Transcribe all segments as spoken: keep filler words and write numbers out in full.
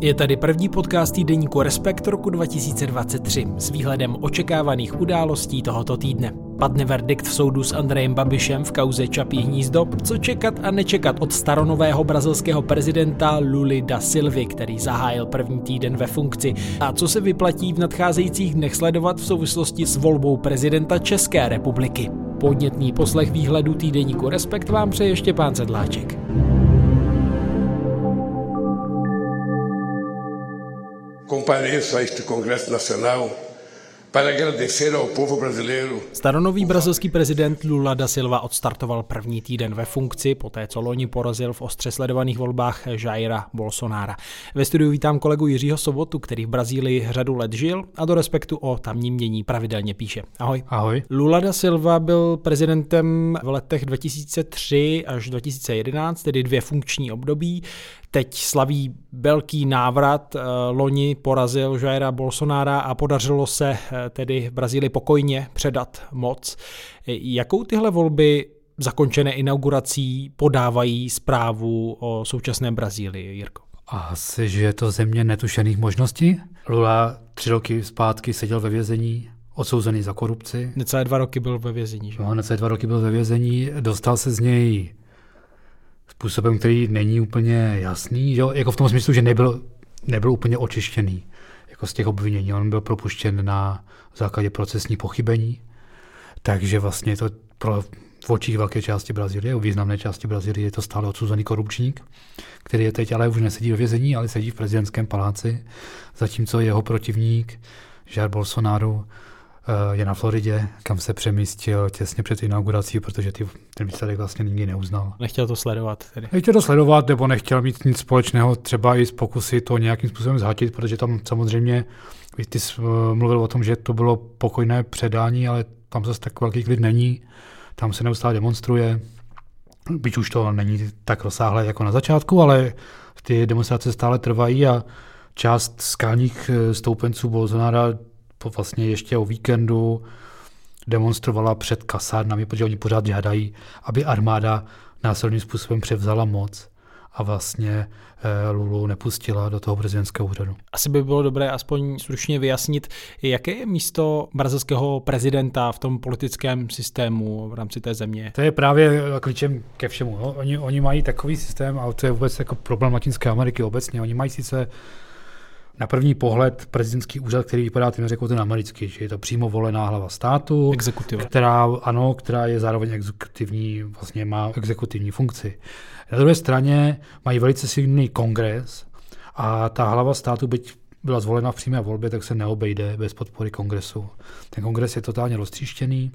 Je tady první podcast týdeníku Respekt roku dva tisíce dvacet tři s výhledem očekávaných událostí tohoto týdne. Padne verdikt v soudu s Andrejem Babišem v kauze Čapí hnízdo, co čekat a nečekat od staronového brazilského prezidenta Luly da Silvy, který zahájil první týden ve funkci, a co se vyplatí v nadcházejících dnech sledovat v souvislosti s volbou prezidenta České republiky. Podnětný poslech výhledu týdeníku Respekt vám přeje Štěpán Sedláček. Compareço a este Congresso Nacional para agradecer ao povo brasileiro. Staronový brazilský prezident Lula da Silva odstartoval první týden ve funkci, poté co loni porazil v ostře sledovaných volbách Jaira Bolsonara. Ve studiu vítám kolegu Jiřího Sobotu, který v Brazílii řadu let žil a do Respektu o tamním dění pravidelně píše. Ahoj. Ahoj. Lula da Silva byl prezidentem v letech dva tisíce tři až dva tisíce jedenáct, tedy dvě funkční období. Teď slaví velký návrat, loni porazil Jaira Bolsonara a podařilo se tedy v Brazílii pokojně předat moc. Jakou tyhle volby zakončené inaugurací podávají zprávu o současné Brazílii, Jirko? Asi, že je to země netušených možností. Lula tři roky zpátky seděl ve vězení, odsouzený za korupci. Necelé dva roky byl ve vězení, že? No, necelé dva roky byl ve vězení, dostal se z něj způsobem, který není úplně jasný, že? Jako v tom smyslu, že nebyl, nebyl úplně očištěný jako z těch obvinění. On byl propuštěn na základě procesní pochybení, takže vlastně to pro, v očích velké části Brazílie, v významné části Brazílie je to stále odsouzený korupčník, který je teď ale už nesedí ve vězení, ale sedí v prezidentském paláci, zatímco jeho protivník Jair Bolsonaro je na Floridě, kam se přemístil těsně před inaugurací, protože ty, ten výsledek vlastně nikdy neuznal. Nechtěl to sledovat tedy. Nechtěl to sledovat, nebo nechtěl mít nic společného, třeba i z pokusy to nějakým způsobem zhatit, protože tam samozřejmě, ty jsi mluvil o tom, že to bylo pokojné předání, ale tam zase tak velký klid není, tam se neustále demonstruje, byť už to není tak rozsáhlé jako na začátku, ale ty demonstrace stále trvají a část skalních stoupenců Bolsonara vlastně ještě o víkendu demonstrovala před kasárnami, protože oni pořád žádají, aby armáda násilným způsobem převzala moc a vlastně eh, Lulu nepustila do toho prezidentského úřadu. Asi by bylo dobré aspoň stručně vyjasnit, jaké je místo brazilského prezidenta v tom politickém systému v rámci té země. To je právě klíčem ke všemu. No? Oni, oni mají takový systém, a to je vůbec jako problém Latinské Ameriky obecně. Oni mají sice na první pohled prezidentský úřad, který vypadá tím jako ten americký, že je to přímo volená hlava státu, Exekutiva. která ano, která je zároveň exekutivní, vlastně má exekutivní funkci. Na druhé straně mají velice silný kongres a ta hlava státu, byť byla zvolena v přímé volbě, tak se neobejde bez podpory kongresu. Ten kongres je totálně roztříštěný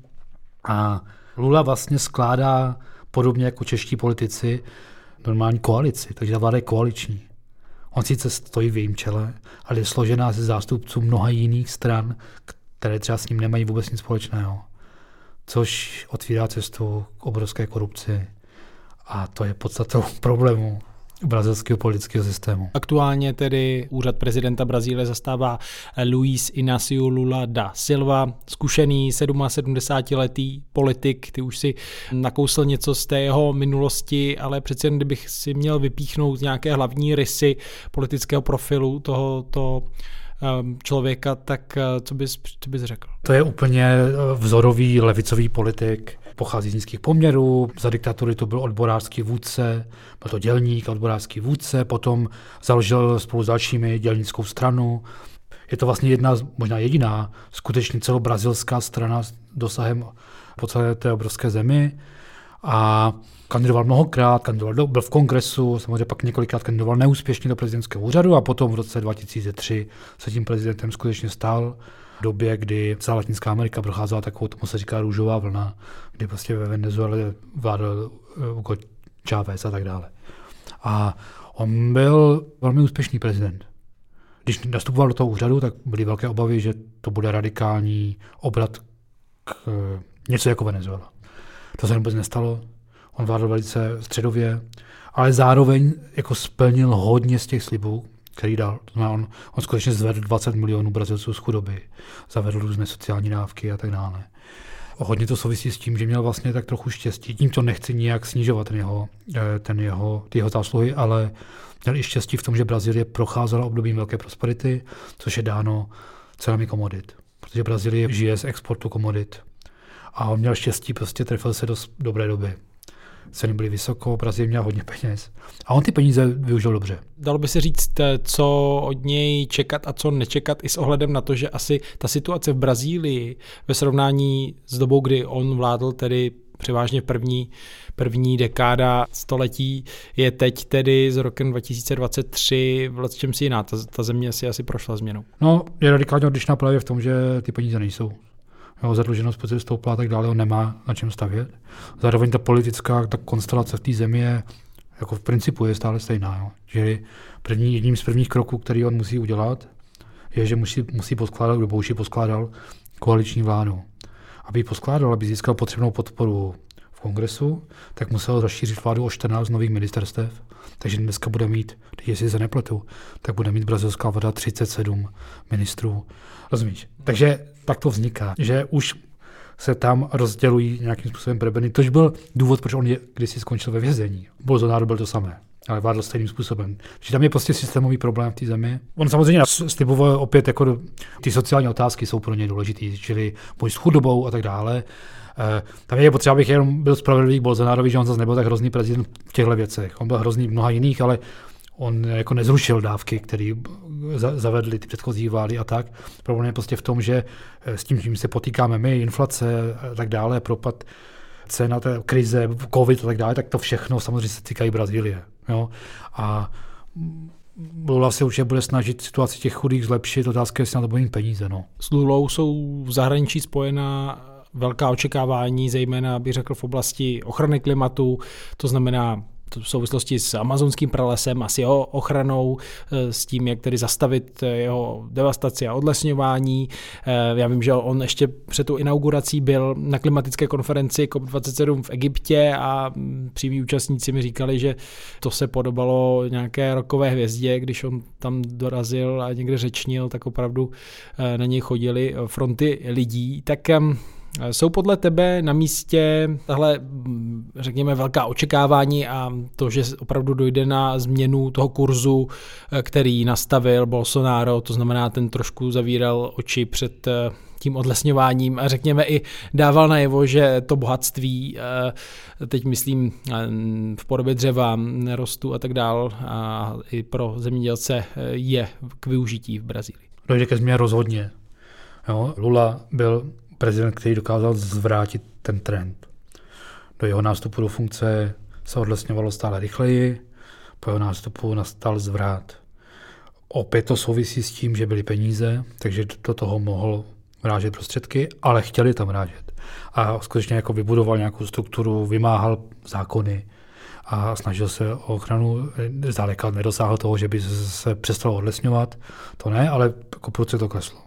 a Lula vlastně skládá podobně jako čeští politici normální koalici, takže ta vláda je koaliční. On sice stojí v jejím čele, ale je složená ze zástupců mnoha jiných stran, které třeba s ním nemají vůbec nic společného. Což otvírá cestu k obrovské korupci. A to je podstatou problému brazilského politického systému. Aktuálně tedy úřad prezidenta Brazílie zastává Luiz Inácio Lula da Silva, zkušený sedmdesátiletý politik. Ty už si nakousl něco z té jeho minulosti, ale přece jen kdybych si měl vypíchnout nějaké hlavní rysy politického profilu tohoto člověka, tak co bys, co bys řekl? To je úplně vzorový levicový politik, pochází z nízkých poměrů, za diktatury to byl odborářský vůdce, byl to dělník, odborářský vůdce, potom založil spolu s dalšími dělnickou stranu. Je to vlastně jedna, možná jediná, skutečně celobrazilská strana s dosahem po celé té obrovské zemi a kandidoval mnohokrát, kandidoval do, byl v kongresu, samozřejmě pak několikrát kandidoval neúspěšně do prezidentského úřadu a potom v roce dva tisíce tři se tím prezidentem skutečně stal v době, kdy celá Latinská Amerika procházela takovou, tomu se říká růžová vlna, kdy prostě ve Venezuele vládl Hugo Chávez a tak dále. A on byl velmi úspěšný prezident. Když nastupoval do toho úřadu, tak byly velké obavy, že to bude radikální obrat k něco jako Venezuela. To se vůbec nestalo. On vládl velice středově, ale zároveň jako splnil hodně z těch slibů, který dal. To znamená, on, on skutečně zvedl dvacet milionů Brazilců z chudoby, zavedl různé sociální dávky a tak dále. hodně to souvisí s tím, že měl vlastně tak trochu štěstí. Tím to nechci nijak snižovat ten jeho, ten jeho, ty jeho zásluhy, ale měl i štěstí v tom, že Brazílie procházela obdobím velké prosperity, což je dáno cenami komodit. Protože Brazílie žije z exportu komodit. A on měl štěstí, prostě trefil se do dobré doby. Ceny byly vysoko, Brazílie měla hodně peněz. A on ty peníze využil dobře. Dalo by se říct, co od něj čekat a co nečekat i s ohledem na to, že asi ta situace v Brazílii ve srovnání s dobou, kdy on vládl, tedy převážně první, první dekáda století, je teď tedy s rokem dva tisíce dvacet tři v čem si jiná. Ta, ta země si asi prošla změnou. No, je radikálně odlišná právě v tom, že ty peníze nejsou. Jo, zadluženost prostě stoupla a tak dále, on nemá na čem stavět. Zároveň ta politická ta konstelace v té zemi je jako v principu je stále stejná. Jo. Že první, jedním z prvních kroků, který on musí udělat, je, že musí, musí poskládat, nebo už ji poskládal koaliční vládu. Aby ji poskládal, aby získal potřebnou podporu v kongresu, tak musel rozšířit vládu o čtrnáct nových ministerstev. Takže dneska bude mít, jestli se nepletu, tak bude mít brazilská vláda třicet sedm ministrů. Rozumíš? Takže tak to vzniká, že už se tam rozdělují nějakým způsobem prebeny. Tož byl důvod, proč on je, kdysi skončil ve vězení. Bolsonaro byl to samé, ale vládl stejným způsobem. Takže tam je prostě systémový problém v té zemi. On samozřejmě sliboval opět, jako ty sociální otázky jsou pro ně důležitý, čili boj s chudobou a tak dále. Tam je potřeba, abych jenom byl spravedlivý k Bolsonarovi, že on zase nebyl tak hrozný prezident v těchto věcech. On byl hrozný v mnoha jiných, ale on jako nezrušil dávky, které zavedly ty předchozí vlády a tak. Problém je prostě v tom, že s tím, čím se potýkáme my, inflace a tak dále, propad cen, té krize, covid a tak dále, tak to všechno samozřejmě se týkají Brazílie. Jo? A Lula se určitě bude snažit situaci těch chudých zlepšit, otázka je, jestli na to bude mít peníze. No. S Lulou jsou v zahraničí spojená velká očekávání, zejména bych řekl v oblasti ochrany klimatu, to znamená v souvislosti s amazonským pralesem a s jeho ochranou, s tím, jak tedy zastavit jeho devastaci a odlesňování. Já vím, že on ještě před tou inaugurací byl na klimatické konferenci C O P dvacet sedm v Egyptě a přímí účastníci mi říkali, že to se podobalo nějaké rockové hvězdě, když on tam dorazil a někde řečnil, tak opravdu na něj chodili fronty lidí. Tak jsou podle tebe na místě tahle, řekněme, velká očekávání a to, že opravdu dojde na změnu toho kurzu, který nastavil Bolsonaro, to znamená, ten trošku zavíral oči před tím odlesňováním a řekněme i dával najevo, že to bohatství, teď myslím v podobě dřeva, nerostů a tak dál, a i pro zemědělce je k využití v Brazílii. Dojde ke změně rozhodně. Jo, Lula byl prezident, který dokázal zvrátit ten trend. Do jeho nástupu do funkce se odlesňovalo stále rychleji, po jeho nástupu nastal zvrat. Opět to souvisí s tím, že byly peníze, takže do toho mohl vrážet prostředky, ale chtěli tam vrážet. A skutečně jako vybudoval nějakou strukturu, vymáhal zákony a snažil se o ochranu. Zdaleka nedosáhl toho, že by se přestalo odlesňovat. To ne, ale jako prudce to kleslo.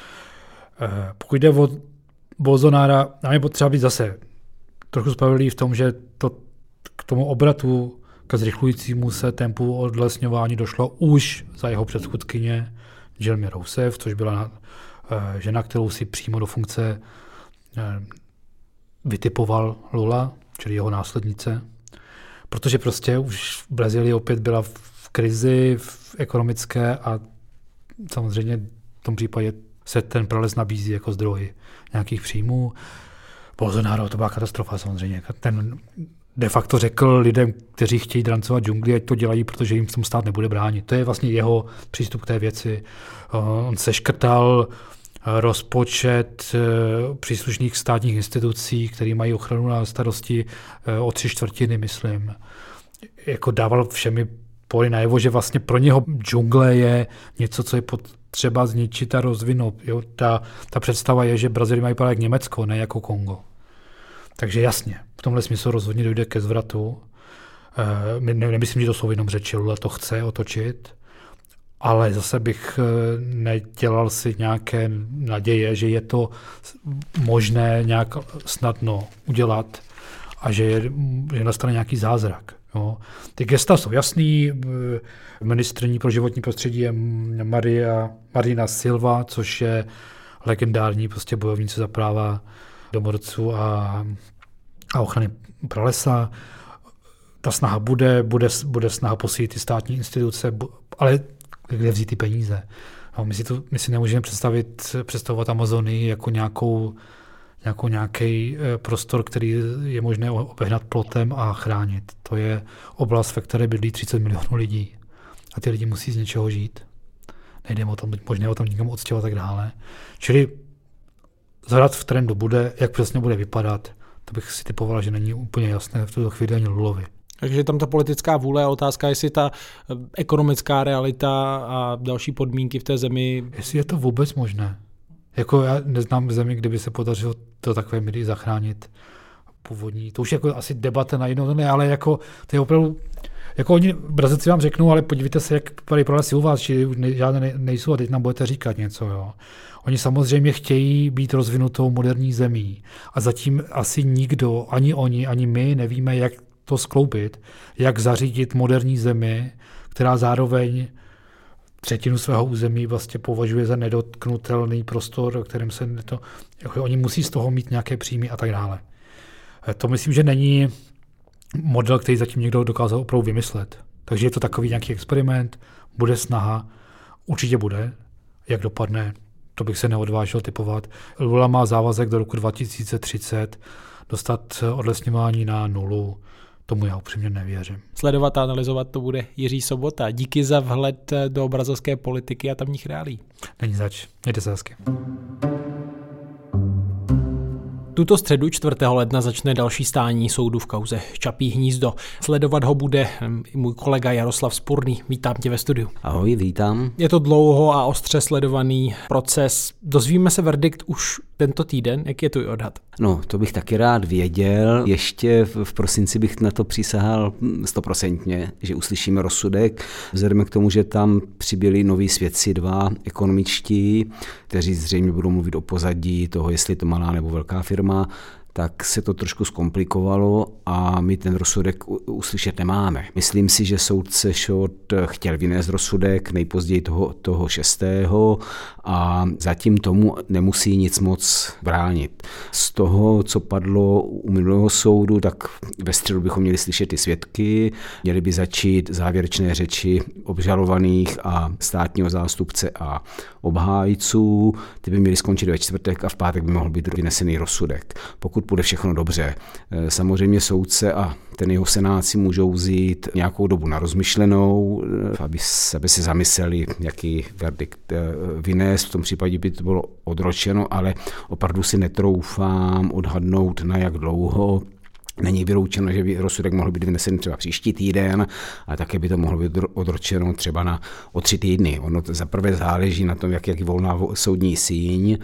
Pokud jde o Bolsonara, nám je potřeba být zase trochu spravedlivý v tom, že to, k tomu obratu, ke zrychlujícímu se tempu odlesňování došlo už za jeho předchůdkyně Dilmy Rousseff, což byla na, uh, žena, kterou si přímo do funkce uh, vytipoval Lula, čili jeho následnice, protože prostě už v Brazílii opět byla v krizi v ekonomické a samozřejmě v tom případě se ten prales nabízí jako zdroj nějakých příjmů. Bolsonaro, to byla katastrofa samozřejmě. Ten de facto řekl lidem, kteří chtějí drancovat džungli, ať to dělají, protože jim v tom stát nebude bránit. To je vlastně jeho přístup k té věci. On seškrtal rozpočet příslušných státních institucí, které mají ochranu na starosti o tři čtvrtiny, myslím. Jako dával všemi poli najevo, že vlastně pro něho džungle je něco, co je pod třeba zničit a rozvinout. Jo? Ta, ta představa je, že Brazílie mají vypadat jak Německo, ne jako Kongo. Takže jasně, v tomhle smyslu rozhodně dojde ke zvratu. E, ne, nemyslím, že to jsou jenom řeči, Lula to chce otočit, ale zase bych nedělal si nějaké naděje, že je to možné nějak snadno udělat a že, je, že nastane nějaký zázrak. Jo. Ty gesta jsou jasný, ministryní pro životní prostředí je Maria, Marina Silva, což je legendární prostě bojovnice za práva domorodců a, a ochrany pralesa. Ta snaha bude, bude, bude snaha posílit ty státní instituce, ale kde vzít ty peníze? No, my, si to, my si nemůžeme představit, představovat Amazonii jako nějakou, nějakou nějaký prostor, který je možné obehnat plotem a chránit. To je oblast, ve které bydlí třicet milionů lidí. A ty lidi musí z něčeho žít. Nejde o tom, možná o tom nikam odstěhovat a tak dále. Čili zahrad v trendu bude, jak přesně bude vypadat, to bych si typoval, že není úplně jasné v tuto chvíli ani Lulovi. Takže tam ta politická vůle a otázka, jestli ta ekonomická realita a další podmínky v té zemi... Jestli je to vůbec možné. Jako já neznám zemi, kde by se podařilo to takové míry zachránit původní. To už je jako asi debata na jinou, ne, ale jako to je opravdu... Jako oni, Brazilci vám řeknou, ale podívejte se, jak tady pralesy u vás, či žádné nejsou a teď nám budete říkat něco. Jo. Oni samozřejmě chtějí být rozvinutou moderní zemí a zatím asi nikdo, ani oni, ani my nevíme, jak to skloubit, jak zařídit moderní zemi, která zároveň třetinu svého území vlastně považuje za nedotknutelný prostor, o kterém se to, jako oni musí z toho mít nějaké příjmy a tak dále. To myslím, že není model, který zatím někdo dokázal opravdu vymyslet. Takže je to takový nějaký experiment, bude snaha, určitě bude, jak dopadne, to bych se neodvážil typovat. Lula má závazek do roku dva tisíce třicet dostat odlesňování na nulu. Tomu já upřímně nevěřím. Sledovat a analyzovat to bude Jiří Sobota. Díky za vhled do brazilské politiky a tamních reálí. Není zač. Mějte se hezky. Tuto středu čtvrtého ledna začne další stání soudu v kauze Čapí hnízdo. Sledovat ho bude můj kolega Jaroslav Spurný. Vítám tě ve studiu. Ahoj, vítám. Je to dlouho a ostře sledovaný proces. Dozvíme se verdikt už tento týden. Jak je to odhad? No, to bych taky rád věděl. Ještě v prosinci bych na to přísahal stoprocentně, že uslyšíme rozsudek. Vzhledem k tomu, že tam přibyli noví svědci, dva ekonomičtí, kteří zřejmě budou mluvit o pozadí toho, jestli je to malá nebo velká firma, tak se to trošku zkomplikovalo a my ten rozsudek uslyšet nemáme. Myslím si, že soudce Šot chtěl vynést rozsudek nejpozději toho, toho šestého a zatím tomu nemusí nic moc bránit. Z toho, co padlo u minulého soudu, tak ve středu bychom měli slyšet ty svědky, měly by začít závěrečné řeči obžalovaných a státního zástupce a obhájců. Ty by měly skončit ve čtvrtek a v pátek by mohl být vynesený rozsudek. Pokud bude všechno dobře. Samozřejmě soudce a ten jeho senát si můžou vzít nějakou dobu na rozmyšlenou, aby, aby se zamysleli, jaký verdikt vynést. V tom případě by to bylo odročeno, ale opravdu si netroufám odhadnout, na jak dlouho. Není vyloučeno, že by rozsudek mohl být vynesen třeba příští týden, a také by to mohlo být odročeno třeba na o tři týdny. Ono zaprvé záleží na tom, jak, jak je volná soudní síň,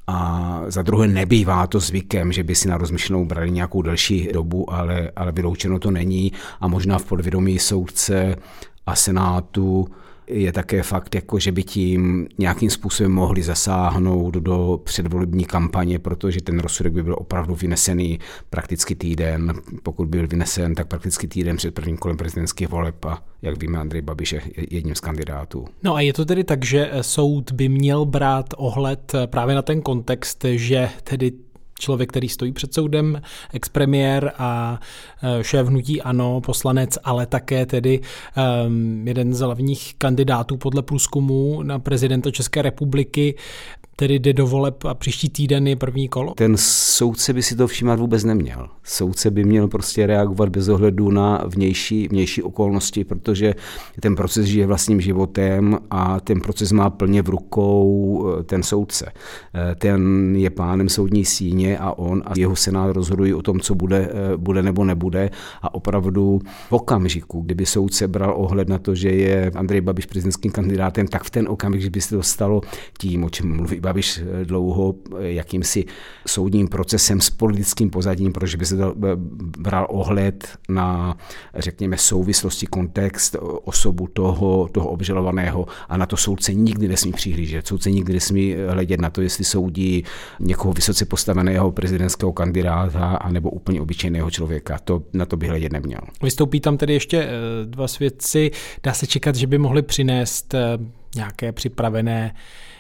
a za druhé nebývá to zvykem, že by si na rozmyšlenou brali nějakou delší dobu, ale, ale vyloučeno to není a možná v podvědomí soudce a senátu je také fakt, jako že by tím nějakým způsobem mohli zasáhnout do předvolební kampaně, protože ten rozsudek by byl opravdu vynesený prakticky týden. Pokud by byl vynesen, tak prakticky týden před prvním kolem prezidentských voleb a jak víme, Andrej Babiš je jedním z kandidátů. No a je to tedy tak, že soud by měl brát ohled právě na ten kontext, že tedy člověk, který stojí před soudem, expremiér a šéf hnutí ANO, poslanec, ale také tedy um, jeden z hlavních kandidátů podle průzkumu na prezidenta České republiky, tedy jde do voleb a příští týden je první kolo? Ten soudce by si to všímat vůbec neměl. Soudce by měl prostě reagovat bez ohledu na vnější, vnější okolnosti, protože ten proces žije vlastním životem a ten proces má plně v rukou ten soudce. Ten je pánem soudní síně a on a jeho senát rozhodují o tom, co bude, bude nebo nebude, a opravdu v okamžiku, kdyby soudce bral ohled na to, že je Andrej Babiš prezidentským kandidátem, tak v ten okamžik, že by se to stalo tím, o čem mluví Babiš dlouho, jakýmsi soudním procesem s politickým pozadím, protože by se to bral ohled na, řekněme, souvislosti, kontext, osobu toho, toho obžalovaného, a na to soudce nikdy nesmí přihlížet. Soudce nikdy nesmí hledět na to, jestli soudí někoho vysoce postaveného prezidentského kandidáta anebo úplně obyčejného člověka. To, na to by hledět neměl. Vystoupí tam tedy ještě dva svědci. Dá se čekat, že by mohli přinést nějaké připravené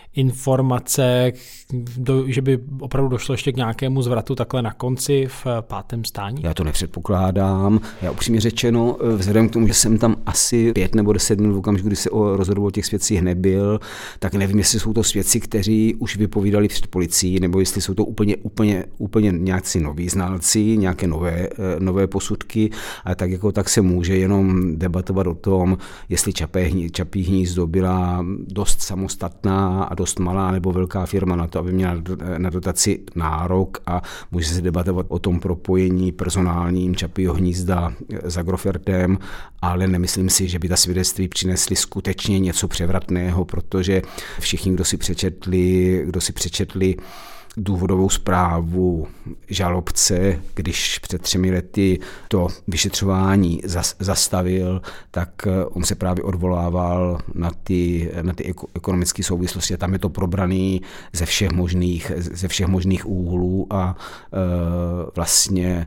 informace, do, že by opravdu došlo ještě k nějakému zvratu takhle na konci v pátém stání? Já to nepředpokládám. Já upřímně řečeno, vzhledem k tomu, že jsem tam asi pět nebo deset minut v okamžiku, kdy se rozhodoval o těch svědcích nebyl, tak nevím, jestli jsou to svědci, kteří už vypovídali před policií, nebo jestli jsou to úplně, úplně, úplně nějací noví znalci, nějaké nové, nové posudky, a tak jako tak se může jenom debatovat o tom, jestli Čapí, Čapí hnízdo byla dost samostatná a dost malá nebo velká firma na to, aby měla na dotaci nárok, a může se debatovat o tom propojení personálním Čapího hnízda s Agrofertem, ale nemyslím si, že by ta svědectví přinesly skutečně něco převratného, protože všichni, kdo si přečetli, kdo si přečetli důvodovou zprávu žalobce, když před třemi lety to vyšetřování zastavil, tak on se právě odvolával na ty, na ty ekonomické souvislosti. Tam je to probraný ze všech možných, ze všech možných úhlů a e, vlastně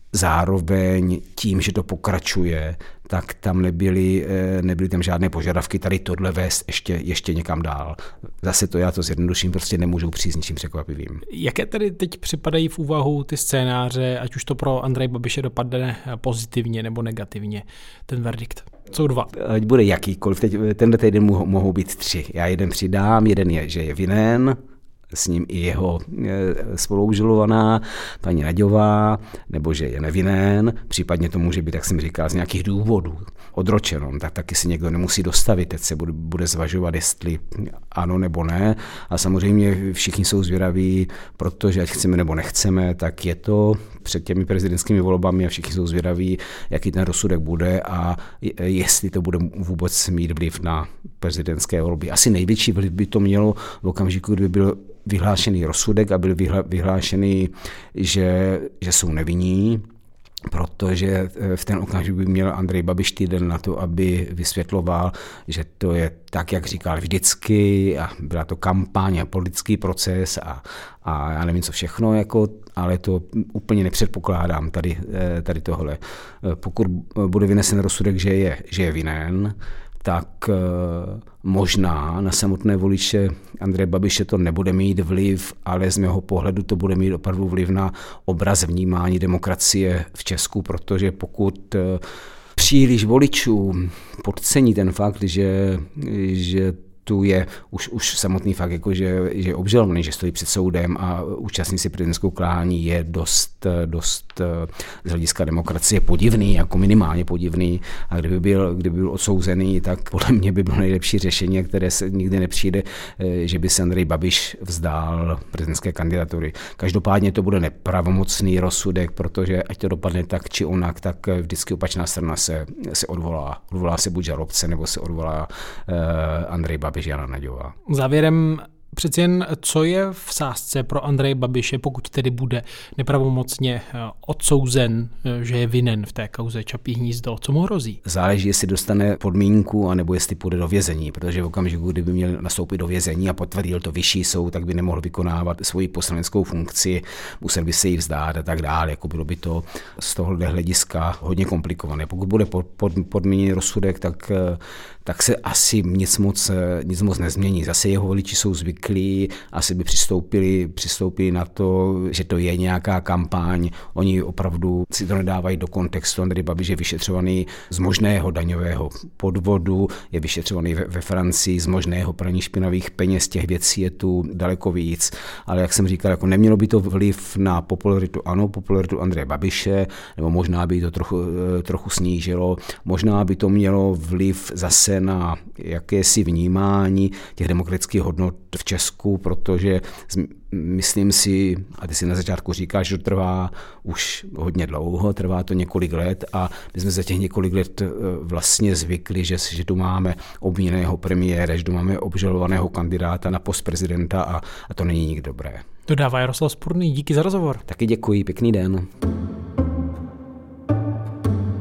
zároveň tím, že to pokračuje, tak tam nebyly, nebyly tam žádné požadavky tady tohle vést ještě, ještě někam dál. Zase to já to zjednoduším, prostě nemůžu přijít s ničím překvapivým. Jaké tedy teď připadají v úvahu ty scénáře, ať už to pro Andreje Babiše dopadne pozitivně nebo negativně, ten verdikt? Jsou dva. Ať bude jakýkoliv, teď, tenhle týden mohou, mohou být tři. Já jeden přidám, jeden je, že je vinen, s ním i jeho spoluobžalovaná paní Naďová, nebo že je nevinen, případně to může být, jak jsem říkal, z nějakých důvodů odročeno, tak taky si někdo nemusí dostavit, teď se bude, bude zvažovat, jestli ano nebo ne, a samozřejmě všichni jsou zvědaví, protože ať chceme nebo nechceme, tak je to před těmi prezidentskými volbami a všichni jsou zvědaví, jaký ten rozsudek bude a jestli to bude vůbec mít vliv na prezidentské volby. Asi největší vliv by to mělo v okamžiku, kdyby byl vyhlášený rozsudek a byl vyhlášený, že, že jsou nevinní, protože v ten okamžik by měl Andrej Babiš týden na to, aby vysvětloval, že to je tak, jak říkal vždycky, a byla to kampaň a politický proces a, a já nevím co všechno, jako, ale to úplně nepředpokládám tady, tady tohle. Pokud bude vynesen rozsudek, že je, že je vinen, tak možná na samotné voliče Andreje Babiše to nebude mít vliv, ale z mého pohledu to bude mít opravdu vliv na obraz vnímání demokracie v Česku, protože pokud příliš voličů podcení ten fakt, že, že tu je už, už samotný fakt, jako že, že je obžalovaný, že stojí před soudem a účastní si prezidentského klání, je dost, dost z hlediska demokracie podivný, jako minimálně podivný, a kdyby byl, kdyby byl odsouzený, tak podle mě by bylo nejlepší řešení, které se nikdy nepřijde, že by se Andrej Babiš vzdál prezidentské kandidatury. Každopádně to bude nepravomocný rozsudek, protože ať to dopadne tak či onak, tak vždycky opačná strana se, se odvolá. Odvolá se buď žalobce, nebo se odvolá uh, Andrej Babiš. Jana Naďová. Závěrem přeci jen, co je v sázce pro Andreje Babiše, pokud tedy bude nepravomocně odsouzen, že je vinen v té kauze Čapí hnízdo, co mu hrozí? Záleží, jestli dostane podmínku, anebo jestli půjde do vězení, protože v okamžiku, kdyby měl nastoupit do vězení a potvrdil to vyšší soud, tak by nemohl vykonávat svoji poslaneckou funkci, musel by se jí vzdát a tak dále, jako bylo by to z tohohle hlediska hodně komplikované. Pokud bude pod, pod, podmíněný rozsudek, tak, tak se asi nic moc, nic moc nezmění. Zase jeho voliči jsou zvyklí, asi by přistoupili, přistoupili na to, že to je nějaká kampaň. Oni opravdu si to nedávají do kontextu. Andrej Babiš je vyšetřovaný z možného daňového podvodu, je vyšetřovaný ve, ve Francii z možného praní špinavých peněz, těch věcí je tu daleko víc. Ale jak jsem říkal, jako nemělo by to vliv na popularitu, ano, popularitu Andreje Babiše, nebo možná by to trochu, trochu snížilo, možná by to mělo vliv zase na jakési vnímání těch demokratických hodnot v Česku, protože myslím si, a ty si na začátku říkáš, že to trvá už hodně dlouho, trvá to několik let a my jsme za těch několik let vlastně zvykli, že, že tu máme obviněného premiéra, že tu máme obžalovaného kandidáta na post prezidenta a, a to není nikdy dobré. Dodává Jaroslav Spurný, díky za rozhovor. Taky děkuji, pěkný den.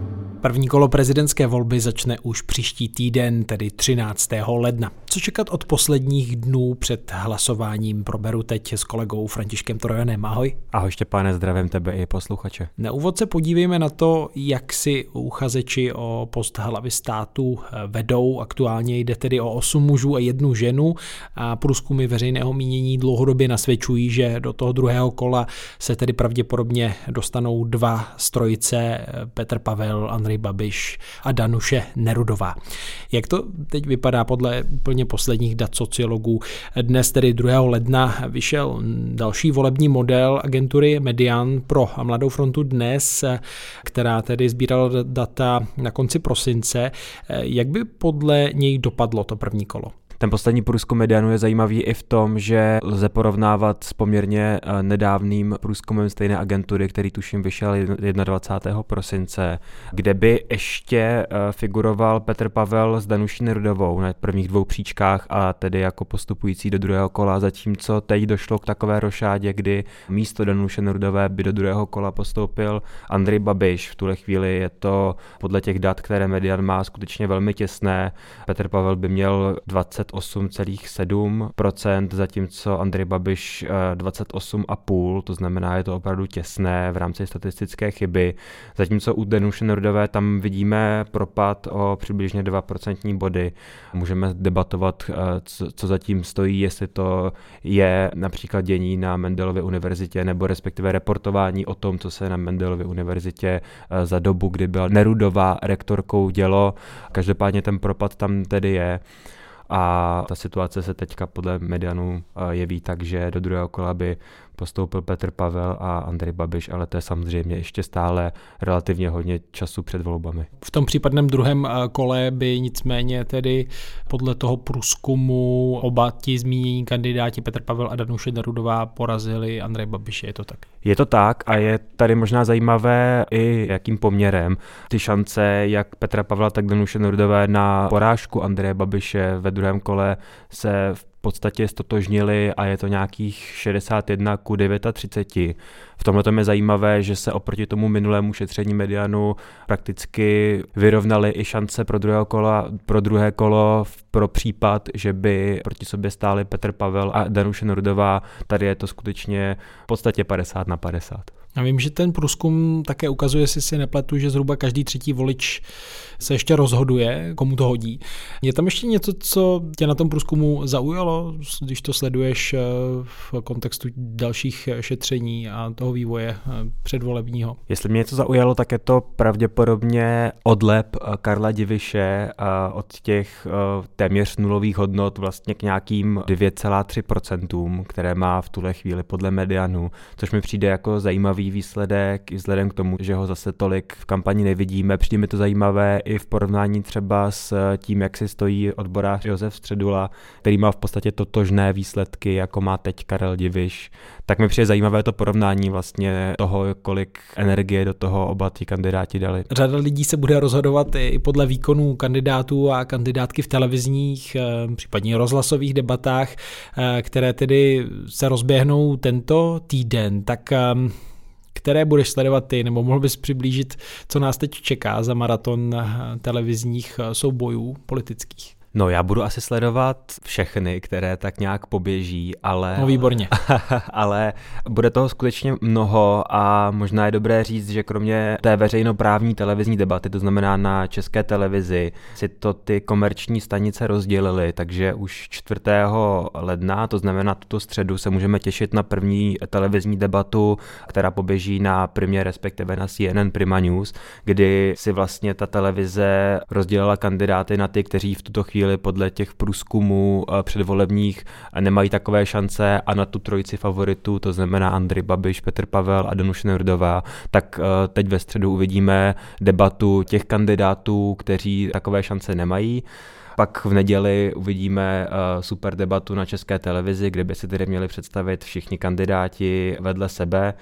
První kolo prezidentské volby začne už příští týden, tedy třináctého ledna. Co čekat od posledních dnů před hlasováním, proberu teď s kolegou Františkem Trojanem. Ahoj. Ahoj Štěpáne, zdravím tebe i posluchače. Na úvod se podívejme na to, jak si uchazeči o post hlavy státu vedou. Aktuálně jde tedy o osm mužů a jednu ženu a průzkumy veřejného mínění dlouhodobě nasvědčují, že do toho druhého kola se tedy pravděpodobně dostanou dva z trojice, Petr Pavel, Andrej Babiš a Danuše Nerudová. Jak to teď vypadá podle úplně posledních dat sociologů? Dnes tedy druhého ledna vyšel další volební model agentury Median pro Mladou frontu Dnes, která tedy sbírala data na konci prosince. Jak by podle něj dopadlo to první kolo? Ten poslední průzkum Medianu je zajímavý i v tom, že lze porovnávat s poměrně nedávným průzkumem stejné agentury, který tuším vyšel dvacátého prvního prosince, kde by ještě figuroval Petr Pavel s Danuší Nerudovou na prvních dvou příčkách a tedy jako postupující do druhého kola, zatímco teď došlo k takové rošádě, kdy místo Danuše Nerudové by do druhého kola postoupil Andrej Babiš. V tuhle chvíli je to podle těch dat, které Median má, skutečně velmi těsné. Petr Pavel by měl dvacet osm celá sedm procent, zatímco Andrej Babiš dvacet osm celá pět, to znamená, je to opravdu těsné v rámci statistické chyby. Zatímco u Danuše Nerudové tam vidíme propad o přibližně dva procentní body. Můžeme debatovat, co, co zatím stojí, jestli to je například dění na Mendelově univerzitě, nebo respektive reportování o tom, co se na Mendelově univerzitě za dobu, kdy byla Nerudová rektorkou, dělo. Každopádně ten propad tam tedy je. A ta situace se teďka podle Medianu jeví tak, že do druhého kola by postoupil Petr Pavel a Andrej Babiš, ale to je samozřejmě ještě stále relativně hodně času před volbami. V tom případném druhém kole by nicméně tedy podle toho průzkumu oba ti zmínění kandidáti Petr Pavel a Danuše Nerudová porazili Andrej Babiše, je to tak? Je to tak a je tady možná zajímavé i jakým poměrem. Ty šance jak Petra Pavla, tak Danuše Nerudové na porážku Andreje Babiše ve druhém kole se v podstatě stotožnili a je to nějakých šedesát jedna ku třiceti devíti. V tomhle tom je zajímavé, že se oproti tomu minulému šetření Medianu prakticky vyrovnaly i šance pro druhé kolo, pro druhé kolo pro případ, že by proti sobě stáli Petr Pavel a Danuše Nerudová. Tady je to skutečně v podstatě padesát na padesát. Já vím, že ten průzkum také ukazuje, jestli si nepletu, že zhruba každý třetí volič se ještě rozhoduje, komu to hodí. Je tam ještě něco, co tě na tom průzkumu zaujalo, když to sleduješ v kontextu dalších šetření a toho vývoje předvolebního? Jestli mě něco zaujalo, tak je to pravděpodobně odlep Karla Diviše od těch téměř nulových hodnot vlastně k nějakým dvě celá tři procenta, které má v tuhle chvíli podle Medianu, což mi přijde jako zajímavý výsledek i vzhledem k tomu, že ho zase tolik v kampani nevidíme. Přijde mi to zajímavé i v porovnání třeba s tím, jak si stojí odborář Josef Středula, který má v podstatě totožné výsledky, jako má teď Karel Diviš. Tak mi přijde zajímavé to porovnání vlastně toho, kolik energie do toho oba ti kandidáti dali. Řada lidí se bude rozhodovat i podle výkonů kandidátů a kandidátky v televizních, případně rozhlasových debatách, které tedy se rozběhnou tento týden. Tak které budeš sledovat ty, nebo mohl bys přiblížit, co nás teď čeká za maraton televizních soubojů politických? No, já budu asi sledovat všechny, které tak nějak poběží, ale... No, výborně. ale bude toho skutečně mnoho a možná je dobré říct, že kromě té veřejnoprávní televizní debaty, to znamená na České televizi, si to ty komerční stanice rozdělily, takže už čtvrtého ledna, to znamená tuto středu, se můžeme těšit na první televizní debatu, která poběží na Primě, respektive na C N N Prima News, kdy si vlastně ta televize rozdělila kandidáty na ty, kteří v tuto chvíli podle těch průzkumů předvolebních nemají takové šance a na tu trojici favoritů, to znamená Andrej Babiš, Petr Pavel a Danuše Nerudová, tak teď ve středu uvidíme debatu těch kandidátů, kteří takové šance nemají. Pak v neděli uvidíme uh, super debatu na České televizi, kde by si tedy měli představit všichni kandidáti vedle sebe.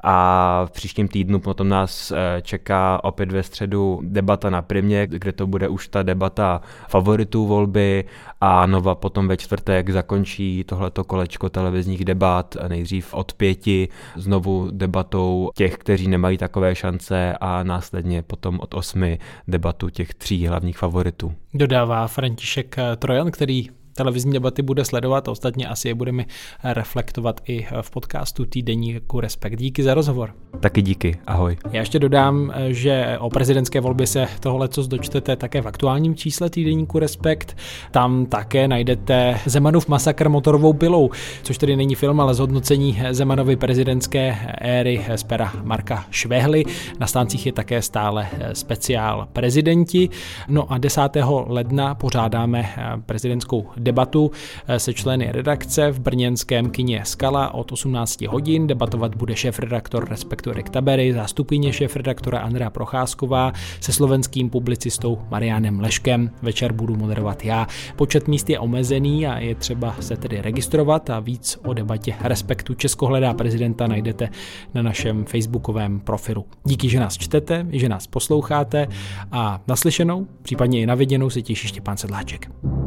a v příštím týdnu potom nás čeká opět ve středu debata na Primě, kde to bude už ta debata favoritů volby a Nova potom ve čtvrtek zakončí tohleto kolečko televizních debat nejdřív od pěti znovu debatou těch, kteří nemají takové šance a následně potom od osmi debatu těch tří hlavních favoritů. Dodává František Trojan, který televizní debaty bude sledovat, ostatně asi je budeme reflektovat i v podcastu týdeníku Respekt. Díky za rozhovor. Taky díky, ahoj. Já ještě dodám, že o prezidentské volbě se tohle co dočtete také v aktuálním čísle týdeníku Respekt. Tam také najdete Zemanův masakr motorovou pilou, což tedy není film, ale zhodnocení Zemanovy prezidentské éry z pera Marka Švehly. Na stáncích je také stále speciál prezidenti. No a desátého ledna pořádáme prezidentskou debatu se členy redakce v brněnském kině Skala od osmnácti hodin. Debatovat bude šéfredaktor Respektu Erik Tabery, zástupkyně šéfredaktora Andrea Procházková se slovenským publicistou Mariánem Leškem. Večer budu moderovat já. Počet míst je omezený a je třeba se tedy registrovat a víc o debatě Respektu Česko hledá prezidenta najdete na našem facebookovém profilu. Díky, že nás čtete, že nás posloucháte a naslyšenou, případně i na viděnou se těší Štěpán Sedláček.